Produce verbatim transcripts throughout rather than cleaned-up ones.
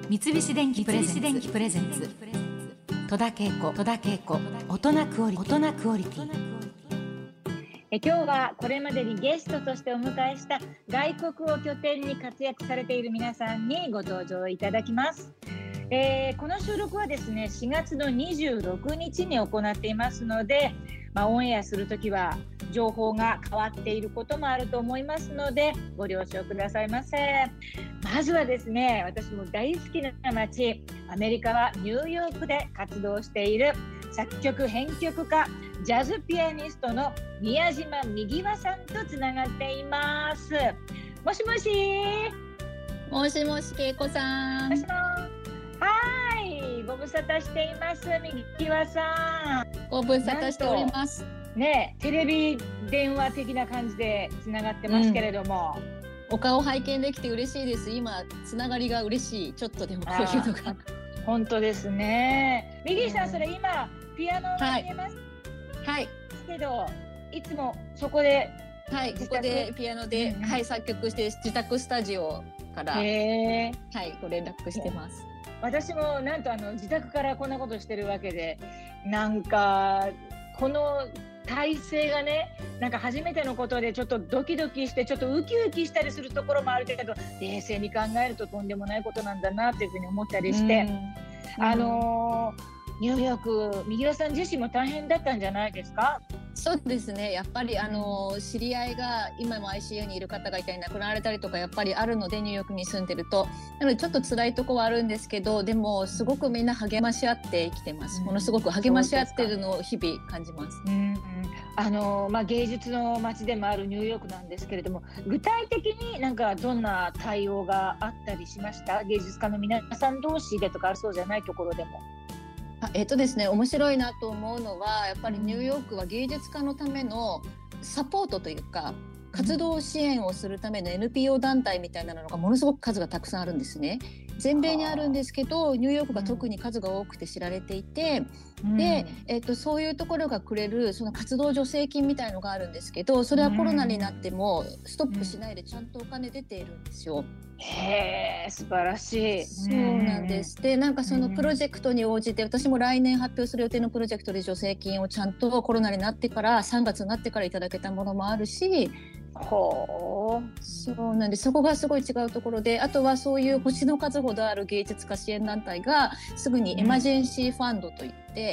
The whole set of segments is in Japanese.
三菱電機プレゼンツ戸田恵子大人クオリティ。 え今日はこれまでにゲストとしてお迎えした外国を拠点に活躍されている皆さんにご登場いただきます。えー、この収録はですねしがつのにじゅうろくにちに行っていますので、まあ、オンエアするときは情報が変わっていることもあると思いますのでご了承くださいませ。まずはですね、私も大好きな街アメリカはニューヨークで活動している作曲編曲家ジャズピアニストの宮島みぎわさんとつながっています。もしもしもしもし恵子さん。 もしもはい、ご無沙汰していますみぎわさん。 ご無沙汰しておりますね。テレビ電話的な感じでつながってますけれども、 うん、お顔拝見できて嬉しいです。今つながりが嬉しい。ちょっとでもこういうのが本当ですね。みぎさん、それ今ピアノを弾いてます、 はい、 けどいつもそこではいここでピアノで、うん、はい作曲して自宅スタジオからへはいご連絡してます。 私もなんとあの自宅からこんなことしてるわけで、なんかこの体勢がね、なんか初めてのことでちょっとドキドキしてちょっとウキウキしたりするところもあるけど、冷静に考えるととんでもないことなんだなっていうふうに思ったりして、うん、あのーニューヨーク、みぎわさん自身も大変だったんじゃないですか？ そうですね、やっぱりあの知り合いが今も アイシーユー にいる方がいたり亡くなられたりとかやっぱりあるので、ニューヨークに住んでるとなのでちょっと辛いとこはあるんですけど、でもすごくみんな励まし合って生きてます、うん、ものすごく励まし合ってるのを日々感じます。 うんうん、あのまあ、芸術の街でもあるニューヨークなんですけれども、具体的になんかどんな対応があったりしました？芸術家の皆さん同士でとかそうじゃないところでも。 えっとですね、面白いなと思うのはやっぱりニューヨークは芸術家のためのサポートというか活動支援をするための エヌピーオー 団体みたいなのがものすごく数がたくさんあるんですね。全米にあるんですけどニューヨークが特に数が多くて知られていて、うん、で、えっと、そういうところがくれるその活動助成金みたいのがあるんですけど、それはコロナになってもストップしないでちゃんとお金出ているんですよ。 へー、素晴らしい。 そうなんです。でなんかそのプロジェクトに応じて、私も来年発表する予定のプロジェクトで助成金をちゃんとコロナになってからさんがつになってからいただけたものもあるし、 ほう、 そうなんです。そこがすごい違うところで、あとはそういう星の数ほどある芸術家支援団体がすぐにエマージェンシーファンドといって、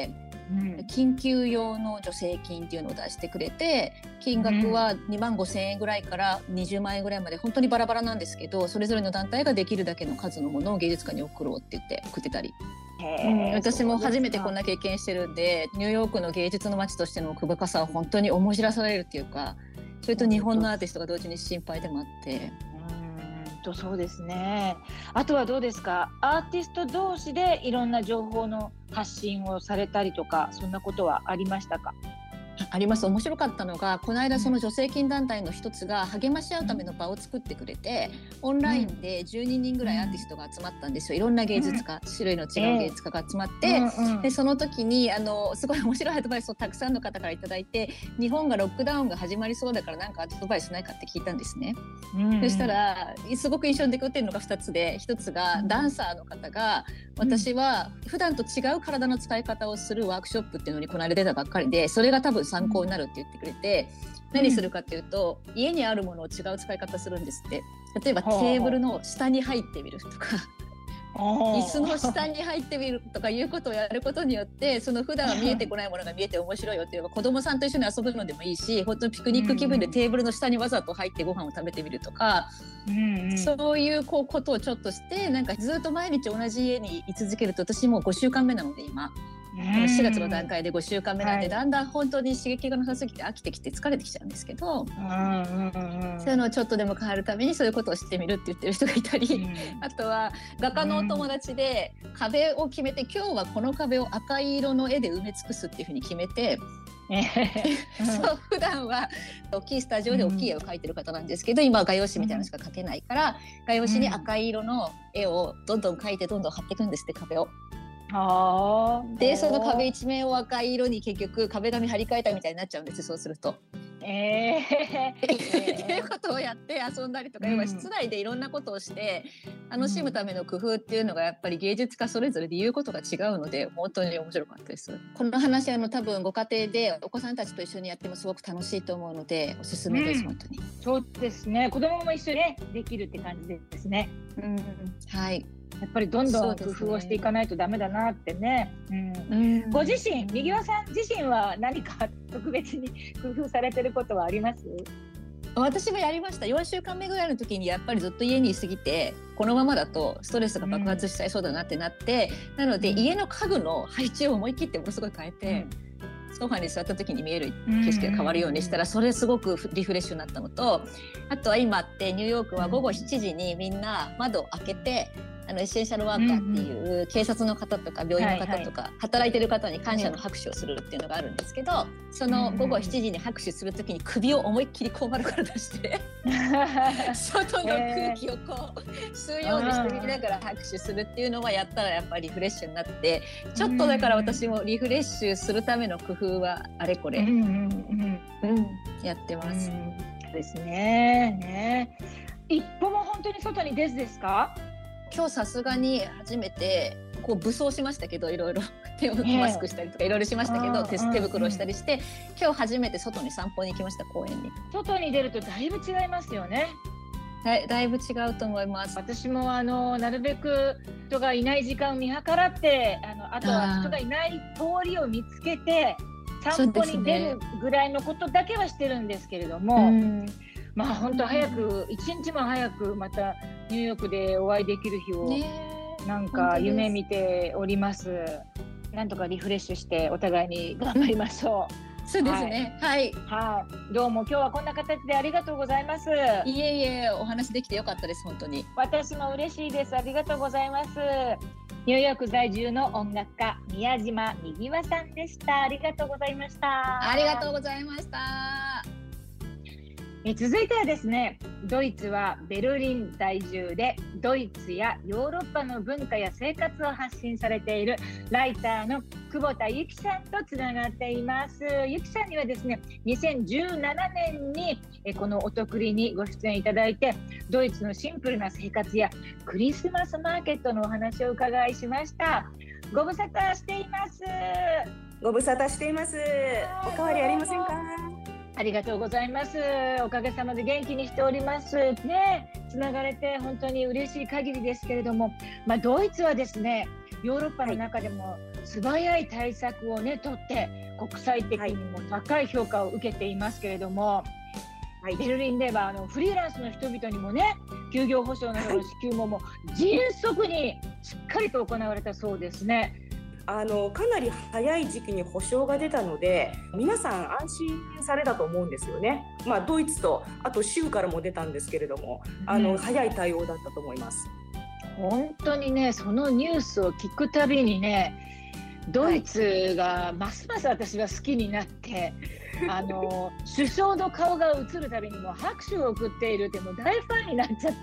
うん、緊急用の助成金っていうのを出してくれて、金額はにまんごせんえんぐらいからにじゅうまんえんぐらいまで本当にバラバラなんですけど、それぞれの団体ができるだけの数のものを芸術家に送ろうって言って送ってたり、うん、私も初めてこんな経験してるんで、ニューヨークの芸術の街としての奥深さを本当に思い知らされるっていうか、それと日本のアーティストが同時に心配でもあって、 うーんとそうですね。あとはどうですか、アーティスト同士でいろんな情報の発信をされたりとか、そんなことはありましたか？ あります。面白かったのが、この間その助成金団体の一つが励まし合うための場を作ってくれて、オンラインでじゅうににんぐらいアーティストが集まったんですよ。いろんな芸術家、種類の違う芸術家が集まって、でその時にあのすごい面白いアドバイスをたくさんの方からいただいて、日本がロックダウンが始まりそうだからなんかアドバイスないかって聞いたんですね。うんうん、そしたらすごく印象に残っているのがふたつで、ひとつがダンサーの方が、私は普段と違う体の使い方をするワークショップっていうのにこの間出たばっかりで、それが多分参考になるって言ってくれて、何するかっていうと、うん、家にあるものを違う使い方するんですって。例えばテーブルの下に入ってみるとか椅子の下に入ってみるとかいうことをやることによって、その普段は見えてこないものが見えて面白いよっていうのが、子供さんと一緒に遊ぶのでもいいし、本当にピクニック気分でテーブルの下にわざと入ってご飯を食べてみるとか、うんうん、そういうこうことをちょっとして、なんかずっと毎日同じ家に居続けると、私もうごしゅうかんめなので今しがつの段階でごしゅうかんめなんで、はい、だんだん本当に刺激がなさすぎて飽きてきて疲れてきちゃうんですけど、うんうんうん、そういうのをちょっとでも変えるためにそういうことを知ってみるって言ってる人がいたり、うん、あとは画家のお友達で壁を決めて、今日はこの壁を赤い色の絵で埋め尽くすっていうふうに決めて、そう普段は大きいスタジオで大きい絵を描いてる方なんですけど、今は画用紙みたいなのしか描けないから、画用紙に赤い色の絵をどんどん描いてどんどん貼っていくんですって、壁を。あでその壁一面を赤い色に結局壁紙張り替えたみたいになっちゃうんですよ。そうするとえー、 っていうことをやって遊んだりとか、要は室内でいろんなことをして楽しむための工夫っていうのがやっぱり芸術家それぞれで言うことが違うので本当に面白かったです。この話あの多分ご家庭でお子さんたちと一緒にやってもすごく楽しいと思うのでおすすめです、うん、本当に。 そうですね、子供も一緒に、ね、できるって感じですね。 うん、はい、 やっぱりどんどん工夫をしていかないとダメだなってね。うんうん、ご自身、みぎわさん自身は何か特別に工夫されてることはあります？ 私もやりました。よんしゅうかんめぐらいの時にやっぱりずっと家にいすぎてこのままだとストレスが爆発しちゃいそうだなってなって、うん、なので家の家具の配置を思い切ってものすごい変えて、うん、ソファに座った時に見える景色が変わるようにしたら、それすごくリフレッシュになったのと、あとは今ってニューヨークはごごしちじにみんな窓を開けてあのエッセンシャルワーカーっていう警察の方とか病院の方とか働いてる方に感謝の拍手をするっていうのがあるんですけど、そのごごしちじに拍手する時に首を思いっきりこう丸から出して外の空気をこう吸うようにしてみながら拍手するっていうのはやったらやっぱりリフレッシュになって、ちょっとだから私もリフレッシュするための工夫はあれこれ、うんうんうんうん、やってます。 そうですね。ね、一歩も本当に外に出ずですか？ 今日さすがに初めてこう武装しましたけど、いろいろ手をマスクしたりとかいろいろしましたけど、手, 手袋をしたりして、今日初めて外に散歩に行きました。公園に。 外に出るとだいぶ違いますよね。 だ い, だいぶ違うと思います。 私もあのなるべく人がいない時間を見計らって、あのあとは人がいない通りを見つけて散歩に出るぐらいのことだけはしてるんですけれども、ね、まあ本当早く一日も早くまたニューヨークでお会いできる日をなんか夢見ております。なんとかリフレッシュしてお互いに頑張りましょう。そうですね。はい。 はい。どうも今日はこんな形でありがとうございます。 いえいえ、お話できてよかったです。本当に。 私も嬉しいです。ありがとうございます。ニューヨーク在住の音楽家宮島みぎわさんでした。ありがとうございました。 ありがとうございました。 え続いてはですね、ドイツはベルリン在住でドイツやヨーロッパの文化や生活を発信されているライターの久保田由紀さんとつながっています。由紀さんにはですね、にせんじゅうななねんにえこのおとくりにご出演いただいて、ドイツのシンプルな生活やクリスマスマーケットのお話をお伺いしました。ご無沙汰しています。 ご無沙汰しています。おかわりありませんか？ ありがとうございます。おかげさまで元気にしておりますね。つながれて本当に嬉しい限りですけれども、まあ、ドイツはですね、ヨーロッパの中でも素早い対策をね取って国際的にも高い評価を受けていますけれども、はい、ベルリンではあのフリーランスの人々にもね、休業保障などの支給ももう迅速にしっかりと行われたそうですね。 あのかなり早い時期に保証が出たので皆さん安心されたと思うんですよね。まあ、ドイツとあと州からも出たんですけれども、あの、うん、早い対応だったと思います。 本当にね、そのニュースを聞くたびにね、ドイツがますます私は好きになって、はい、あの首相の顔が映るたびにも拍手を送っているってもう大ファンになっちゃって、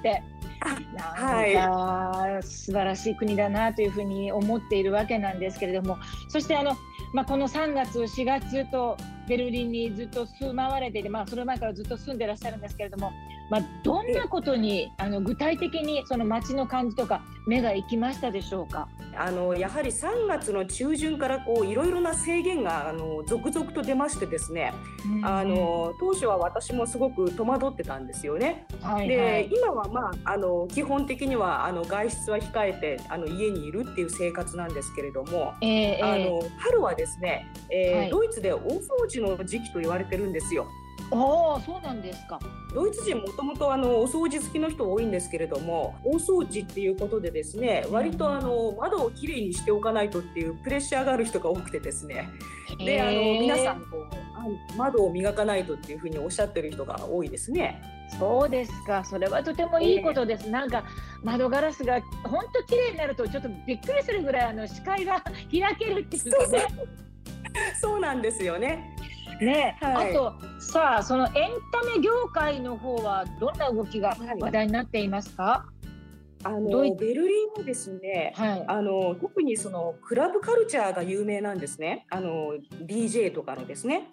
なんか素晴らしい国だなというふうに思っているわけなんですけれども、そしてあの、まあ、このさんがつしがつとベルリンにずっと住まわれていて、まあ、その前からずっと住んでらっしゃるんですけれども、まあ、どんなことにあの具体的にその街の感じとか目が行きましたでしょうか？ あのやはりさんがつの中旬からこういろいろな制限があの続々と出ましてですね、うん、あの当初は私もすごく戸惑ってたんですよね。はいはい、で今は、まあ、あの基本的にはあの外出は控えてあの家にいるっていう生活なんですけれども、えー、あの春はですね、えーはい、ドイツで大掃除の時期と言われてるんですよ。 ああ、そうなんですか。 ドイツ人もともとあのお掃除好きの人多いんですけれども、大掃除っていうことでですね、割とあの窓をきれいにしておかないとっていうプレッシャーがある人が多くてですね、であの皆さんこう窓を磨かないとっていうふうにおっしゃってる人が多いですね。 そうですか。それはとてもいいことです。えー、なんか窓ガラスが本当きれいになるとちょっとびっくりするぐらいあの視界が開けるっていうかね。 そうなんですよね。 ね、はい、あとさあ、そのエンタメ業界の方はどんな動きが話題になっていますか？ あのベルリンはですね、はい、あの特にそのクラブカルチャーが有名なんですね。あの ディージェー とかのですね。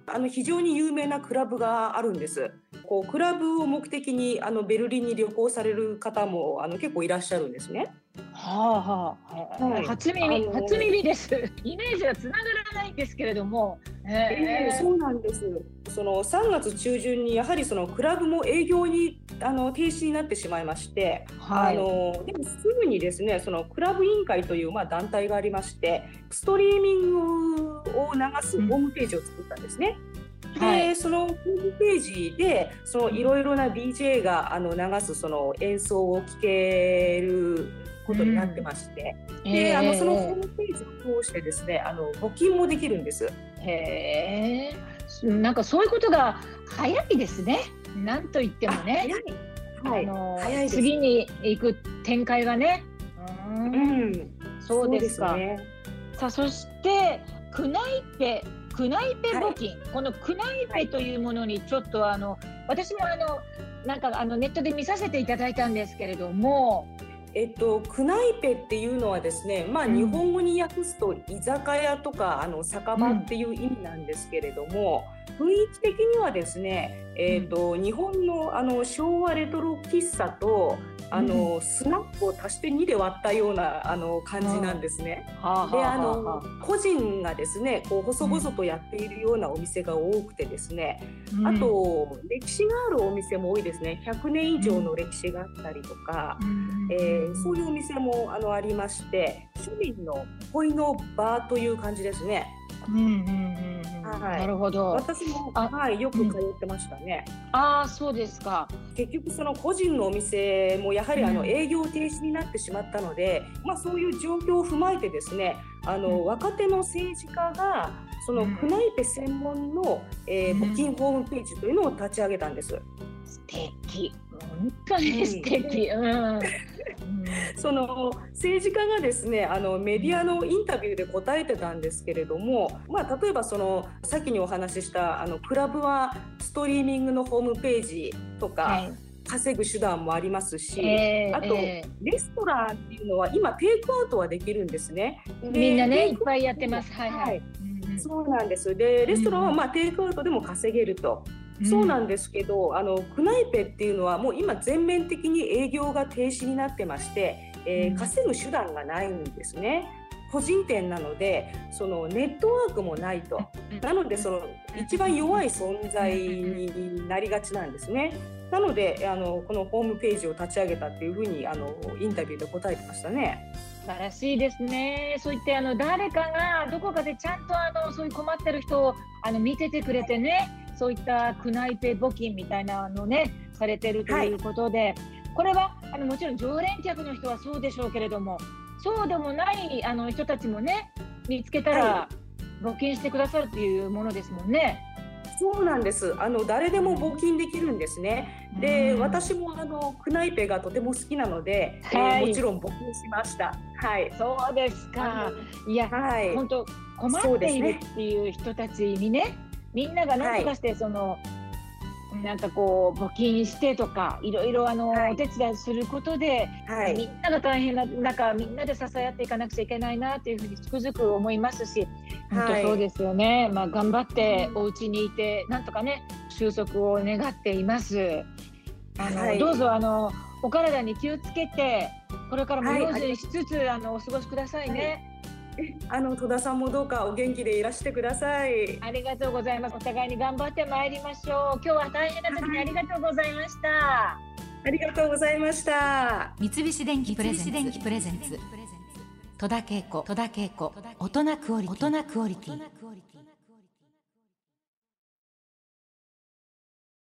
あの非常に有名なクラブがあるんです。こうクラブを目的にあのベルリンに旅行される方もあの結構いらっしゃるんですね。 はあはあ、はい、初耳、あのー、初耳です。イメージがつながらないんですけれども、 えー、そうなんです。そのさんがつ中旬にやはりそのクラブも営業にあの停止になってしまいまして、はい、あのでもすぐにですね、そのクラブ委員会というまあ団体がありまして、ストリーミングを流すホームページを作ったんですね。うん、で、はい、そのホームページでそのいろいろな ディージェー があの流すその演奏を聴けることになってまして、うん、で、えー、あのそのホームページを通してですね、あの募金もできるんです。 へえ、なんかそういうことが早いですね。なんといってもね、 はい、 あの早いです。次に行く展開がね。うん、うん、そうですか。そうですね。さあ、そしてクナイペクナイペ募金、はい、このクナイペというものにちょっとあの私もあのなんかあのネットで見させていただいたんですけれども。 えっと、クナイペっていうのはですね、まあ、日本語に訳すと居酒屋とかあの酒場っていう意味なんですけれども、うん、雰囲気的にはですね、えっと、日本の、あの昭和レトロ喫茶とあの、うん、スナックを足してにで割ったようなあの感じなんですね。はあ、で、あの個人がですねこう細々とやっているようなお店が多くてですね、うん、あと歴史があるお店も多いですね。ひゃくねん以上の歴史があったりとか、うん、えー、そういうお店もあのありまして、庶民の憩いの場という感じですね。 うんうんうんうん、はい、なるほど。 私も、はい、よく通ってましたね。 うん、ああ、そうですか。 結局その個人のお店もやはりあの営業停止になってしまったので、うん、まあ、そういう状況を踏まえてですね、あの、うん、若手の政治家がそのクナイペ専門の、えー、募金ホームページというのを立ち上げたんです。 素敵、本当に素敵。うんうんその政治家がですね、あのメディアのインタビューで答えてたんですけれども、まあ、例えばそのさっきにお話ししたあのクラブはストリーミングのホームページとか、はい、稼ぐ手段もありますし、えー、あと、えー、レストランっていうのは今テイクアウトはできるんですね。 みんなねいっぱいやってます。はいはい、はい、 うんうん、そうなんです。でレストランはまあテイクアウトでも稼げると。そうなんですけど、あのクナイペっていうのはもう今全面的に営業が停止になってまして、えー、稼ぐ手段がないんですね。個人店なのでそのネットワークもないと。なのでその一番弱い存在になりがちなんですね。なのであのこのホームページを立ち上げたっていうふうにあのインタビューで答えてましたね。 素晴らしいですね。そういってあの誰かがどこかでちゃんとあのそういう困ってる人をあの見ててくれてね、そういったクナイペ募金みたいなのねされてるということで、はい、これはあのもちろん常連客の人はそうでしょうけれども、そうでもないあの人たちもね見つけたら募金してくださるっていうものですもんね。 そうなんです。あの誰でも募金できるんですね。うん、で、私もあのクナイペがとても好きなので、はい、えー、もちろん募金しました。はい。 そうですか。いや、はい、本当困っているっていう人たちにね、みんなが何とかしてその、はい、なんかこう募金してとかいろいろあの、はい、お手伝いすることで、はい、みんなが大変な中みんなで支え合っていかなくちゃいけないなというふうにつくづく思いますし、本当そうですよね。はい、まあ、頑張ってお家にいてなんとかね収束を願っています。あの、はい、どうぞあのお体に気をつけてこれからも用心しつつ、はい、あのお過ごしくださいね。 はい、あの戸田さんもどうかお元気でいらしてください。 ありがとうございます。お互いに頑張ってまいりましょう。今日は大変な時にありがとうございました。 はい、ありがとうございました。 三菱電機プレゼンツ戸田恵子大人クオリティ。